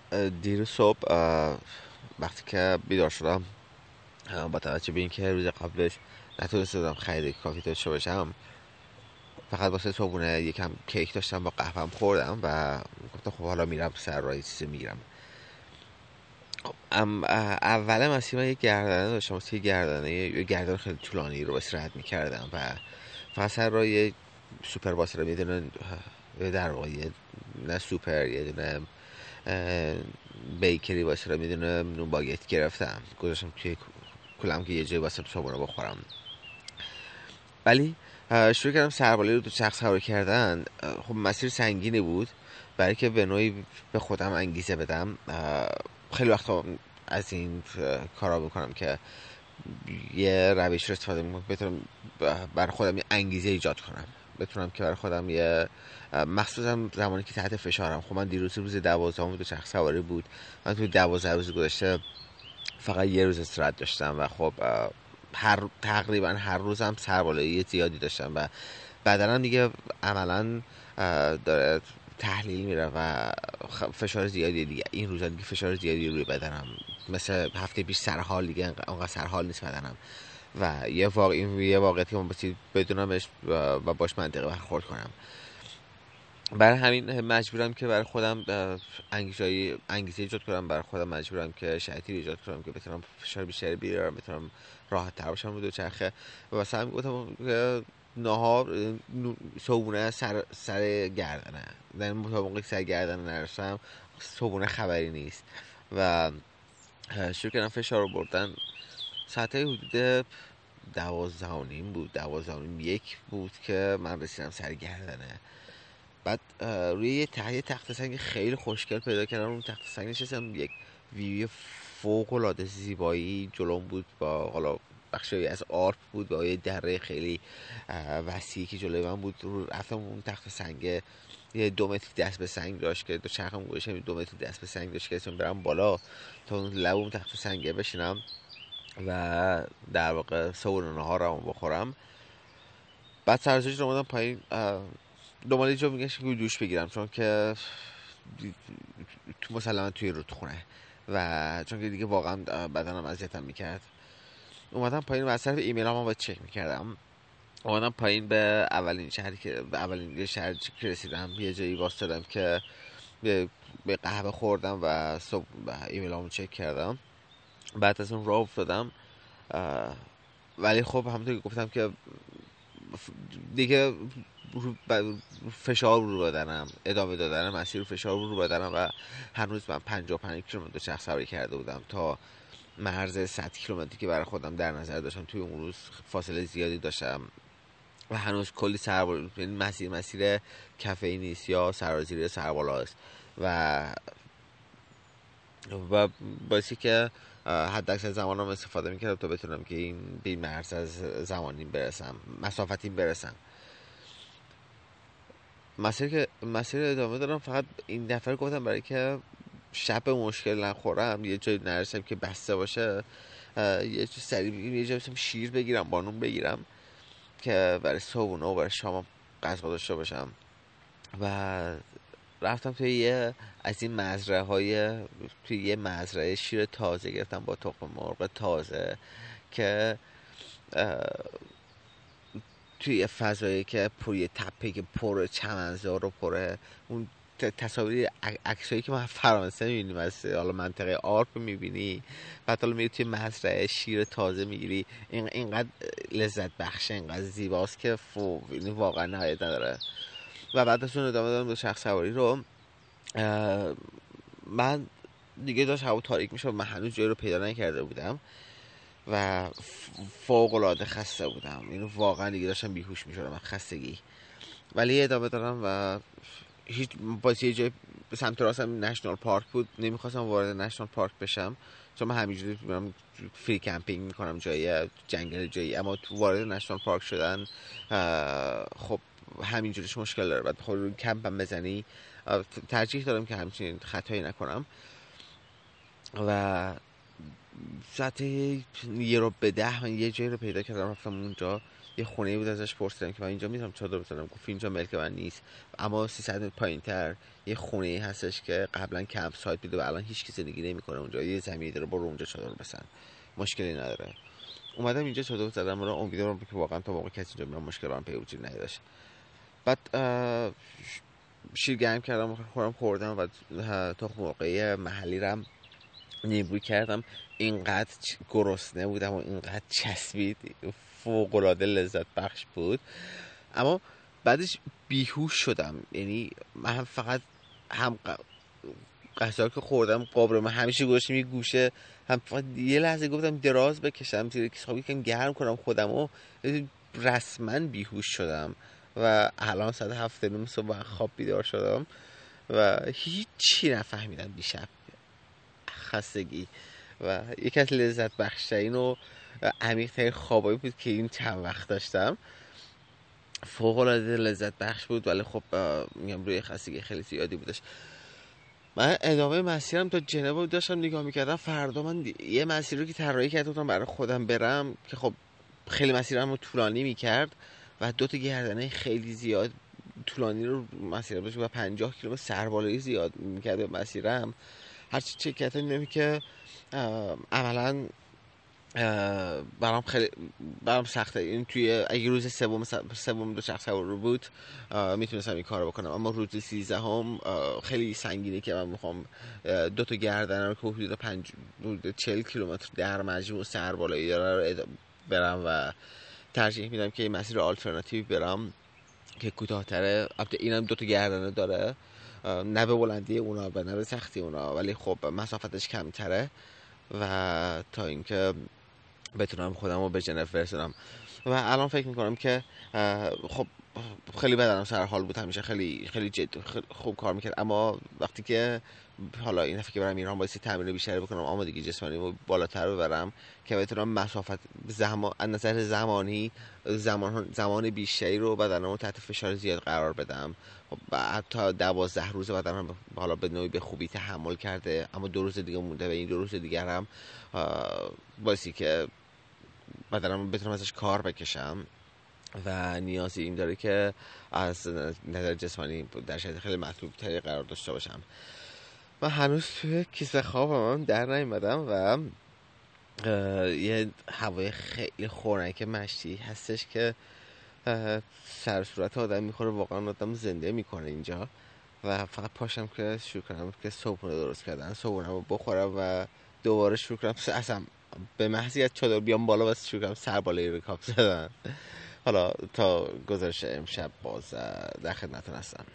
دیروز صبح وقتی که بیدار شدم، با توجه به اینکه روز قبلش نتونسته بودم خرید کافی داشته باشم، فقط واسه صبحونه یکم کیک داشتم با قهوهم خوردم و گفتم خب حالا میرم سر راه چیزی میگیرم. اول مسیر من یه گردنه داشتم، واسه یه گردن خیلی طولانی رو بس رد میکردم و فقط سر راه یه سوپر واسه یه دونه، در واقع نه سوپر، یه دونه بیکری واسه رو میدونه نون باگت گرفتم، گذاشتم توی کلم که یه جایی واسه صبحونه بخورم. ولی شروع کردم سرباله رو تو چرخ سواری کردن. خب مسیر سنگینی بود، برای که به نوعی به خودم انگیزه بدم. خیلی وقتا از این کارا میکنم که یه روش رو استفاده میکنم بتونم برای خودم یه انگیزه ایجاد کنم، بتونم که برای خودم یه، مخصوصا زمانی که تحت فشارم. خب من دیروز روز 12 بود و چرخ سواری بود، من توی 12 روز گذشته فقط یه روز استراحت داشتم و خب تقریبا هر روزم سربالایی زیادی داشتم و بدنم دیگه عملا داره تحلیل میره و فشار زیادی دیگه این روزا دیگه فشار زیادی روی بدنم، مثل هفته پیش سرحال دیگه انقدر سرحال نیست بدنم و یه واقعیتی که من باید بدونمش و باش منطقه برخورد کنم. برای همین مجبورم که برای خودم انگیزه ایجاد کنم، برای خودم مجبورم که شرایطی ایجاد کنم که بتونم فشار بیشتری بیارم، بتونم راحت تر باشم رو دوچرخه. و واسه همین گفتم که نهار صبحونه سر گردنه، در مطابق سر گردنه نرسم صبحونه خبری نیست. و شروع کردم فشار رو بردن. ساعت حدود 12:30 بود، 12:30 بود که من رسیدم سر گردنه. بعد روی یه تخت سنگ خیلی خوشگل پیدا کردم، اون تخت سنگ نشستم. یک ویوی فوق العاده زیبایی جلوم بود، با حالا بخشی از آرپ بود با یه دره خیلی وسیعی که جلوی من بود. رفتم اون تخت سنگ، یه 2 متر دست به سنگ داشت که دو چرخم گوشم 2 متر دست به سنگ داشت که اسم برم بالا تا اون لب اون تخت سنگه بشینم و در واقع صبحونه ناهارمو بخورم. بعد سرزش رو اومدم پایین، دنبال یه جا میگشتم که دوش بگیرم، چون که مسلما توی رودخونه و چون که دیگه واقعا بدنم اذیتم میکرد. اومدم پایین و از طرف ایمیل هم باید چک میکردم. اومدم پایین به اولین شهری که رسیدم، یه جایی واسطادم که به قهوه خوردم و صبح ایمیل همو چک کردم. بعد از اون راه افتادم. ولی خب همونطور که گفتم که دیگه فشار رو بدنم ادامه دادن مسیر فشار رو بدنم و هنوز من 55 کیلومتر چرخ سواری کرده بودم تا مرز 100 کیلومتری که برای خودم در نظر داشتم. توی اون روز فاصله زیادی داشتم و هنوز کلی سربالا، یعنی مسیر کافه نیست یا سرازیری سربالا است و باعثی که حد اکثر زمانم استفاده میکردم تا بتونم که این مرز از زمانیم برسم، مسافتیم برسم. مسیر ادامه دارم، فقط این دفعه گفتم برای که شب مشکل نخورم، یه جایی نرسم که بسته باشه، یه جایی سریع بگیرم، یه جایی شیر بگیرم با نون بگیرم که برای صبحونه و برای شام غذا داشته باشم. و رفتم توی یه مزرعه شیر تازه گرفتم با تخم مرغ تازه که توی فضایی که پوری تپه که پر چمنزار و پر اون تصاویر عکسایی که ما فرانسه میبینیم از حالا منطقه آرپ میبینی، بعد حالا میری توی مزرعه شیر تازه میگیری، اینقدر لذت بخشه، اینقدر زیباست که یعنی واقعا نهایت نداره. و بعد از اون ادامه دادم به شخص سواری رو. من دیگه داشت هوا تاریک میشه و من هنوز جایی رو پیدا نکرده بودم و فوق العاده خسته بودم، اینو واقعا دیگه داشتم بیهوش میشدم از خستگی. ولی ادامه دادم و هیچ باز یه جای به سمت راستم نشنال پارک بود، نمیخواستم وارد نشنال پارک بشم چون من همینجوری میرم فری کمپینگ میکنم جایی جنگل جایی، اما تو وارد نشنال پارک شدن خب همینجوریش مشکل داره. بعد خب کمپم بزنی، ترجیح دارم که همچین خطایی نکنم. و ساعت 9:50 من یه جایی رو پیدا کردم، رفتم اونجا یه خونه بود ازش پرسیدم که من اینجا میتونم چادر بزنم، گفت اینجا ملک من نیست، اما 300 متر پایین‌تر یه خونه هستش که قبلا کمپ سایت بوده و الان هیچ کی زندگی نمی‌کنه اونجا، یه زمینی داره، برو اونجا چادر بزن، مشکلی نداره. اومدم اینجا چادر زدم و امیدوارم که واقعا تا موقع کسی اینجا مشکل برام پیدا وجود نداشته. بعد شیر گرم کردم خوردم و تخم مرغ محلی رم نیمروی کردم. اینقدر گرسنه بودم و اینقدر چسبید، فوق‌العاده لذت بخش بود. اما بعدش بیهوش شدم، یعنی من فقط هم غذا که خوردم قابلمه من همیشه گوشم یه گوشه، هم فقط یه لحظه گفتم دراز بکشم زیر کیسه کم گرم کنم خودم و رسما بیهوش شدم و الان ساعت 7:30 صبح خواب بیدار شدم و هیچی نفهمیدم دیشب. خستگی و یکی از لذت بخشترین و عمیق‌ترین خوابایی بود که این چند وقت داشتم. فوق‌العاده لذت بخش بود، ولی خب میگم روی خستگی خیلی زیادی بودش. من ادامه مسیرم تا جنوا داشتم نگاه میکردم. فردا من یه مسیر رو که طراحی کرده بودم برای خودم برم که خب خیلی مسیرم رو طولانی میکرد و 2 تا گردنه خیلی زیاد طولانی رو مسیر داشت و 50 کیلومتر سربالایی زیاد میکرد به مسیرم. هرچی چکت نمی که عملا برام سخته. این توی اگه روز سوم دو شخص رو بود میتونستم این کارو بکنم، اما روز 13 خیلی سنگینه که من میخوام 2 تا گردن رو که حدود 40 کیلومتر در مجموع سربالایی داره رو برم و ترجیح میدم که این مسیر آلترناتیو برم که کوتاه‌تره. البته اینم 2 تا گردنه داره، نه به بلندی اونا و نه به سختی اونا، ولی خب مسافتش کمتره و تا اینکه بتونم خودم رو به ژنو برسونم. و الان فکر میکنم که خب خیلی بدنم سر حال بود، همیشه خیلی خیلی خوب کار میکرد، اما وقتی که حالا این دفعه که برم ایران باید تمرین بیشتری بکنم، آمادگی جسمانی رو بالاتر ببرم که بتونم مسافت از نظر زمان بیشتری رو بدنم رو تحت فشار زیاد قرار بدم. خب حتی 12 روز بدنم حالا به نوعی به خوبی تحمل کرده، اما 2 روز دیگه مونده و این 2 روز دیگه هم باعثی که بدنم بتونم ازش کار بکشم و نیازی این داره که از نظر جسمانی در شرایط خیلی مطلوب تری قرار داشته باشم. من هنوز توی کیسه خوابم در نیومدم و یه هوای خیلی خنک مشتی هستش که سر صورت آدم میخوره، واقعا آدم زنده میکنه اینجا و فقط پاشم که شروع کنم که صبحونه درست کردن، صبحونه رو بخورم و دوباره شروع کنم اصلا به محضی از چادر بیام بالا و شروع کنم سربالایی رکاب زدن. حالا تا گذشته امشب باز در خدمتتون هستم.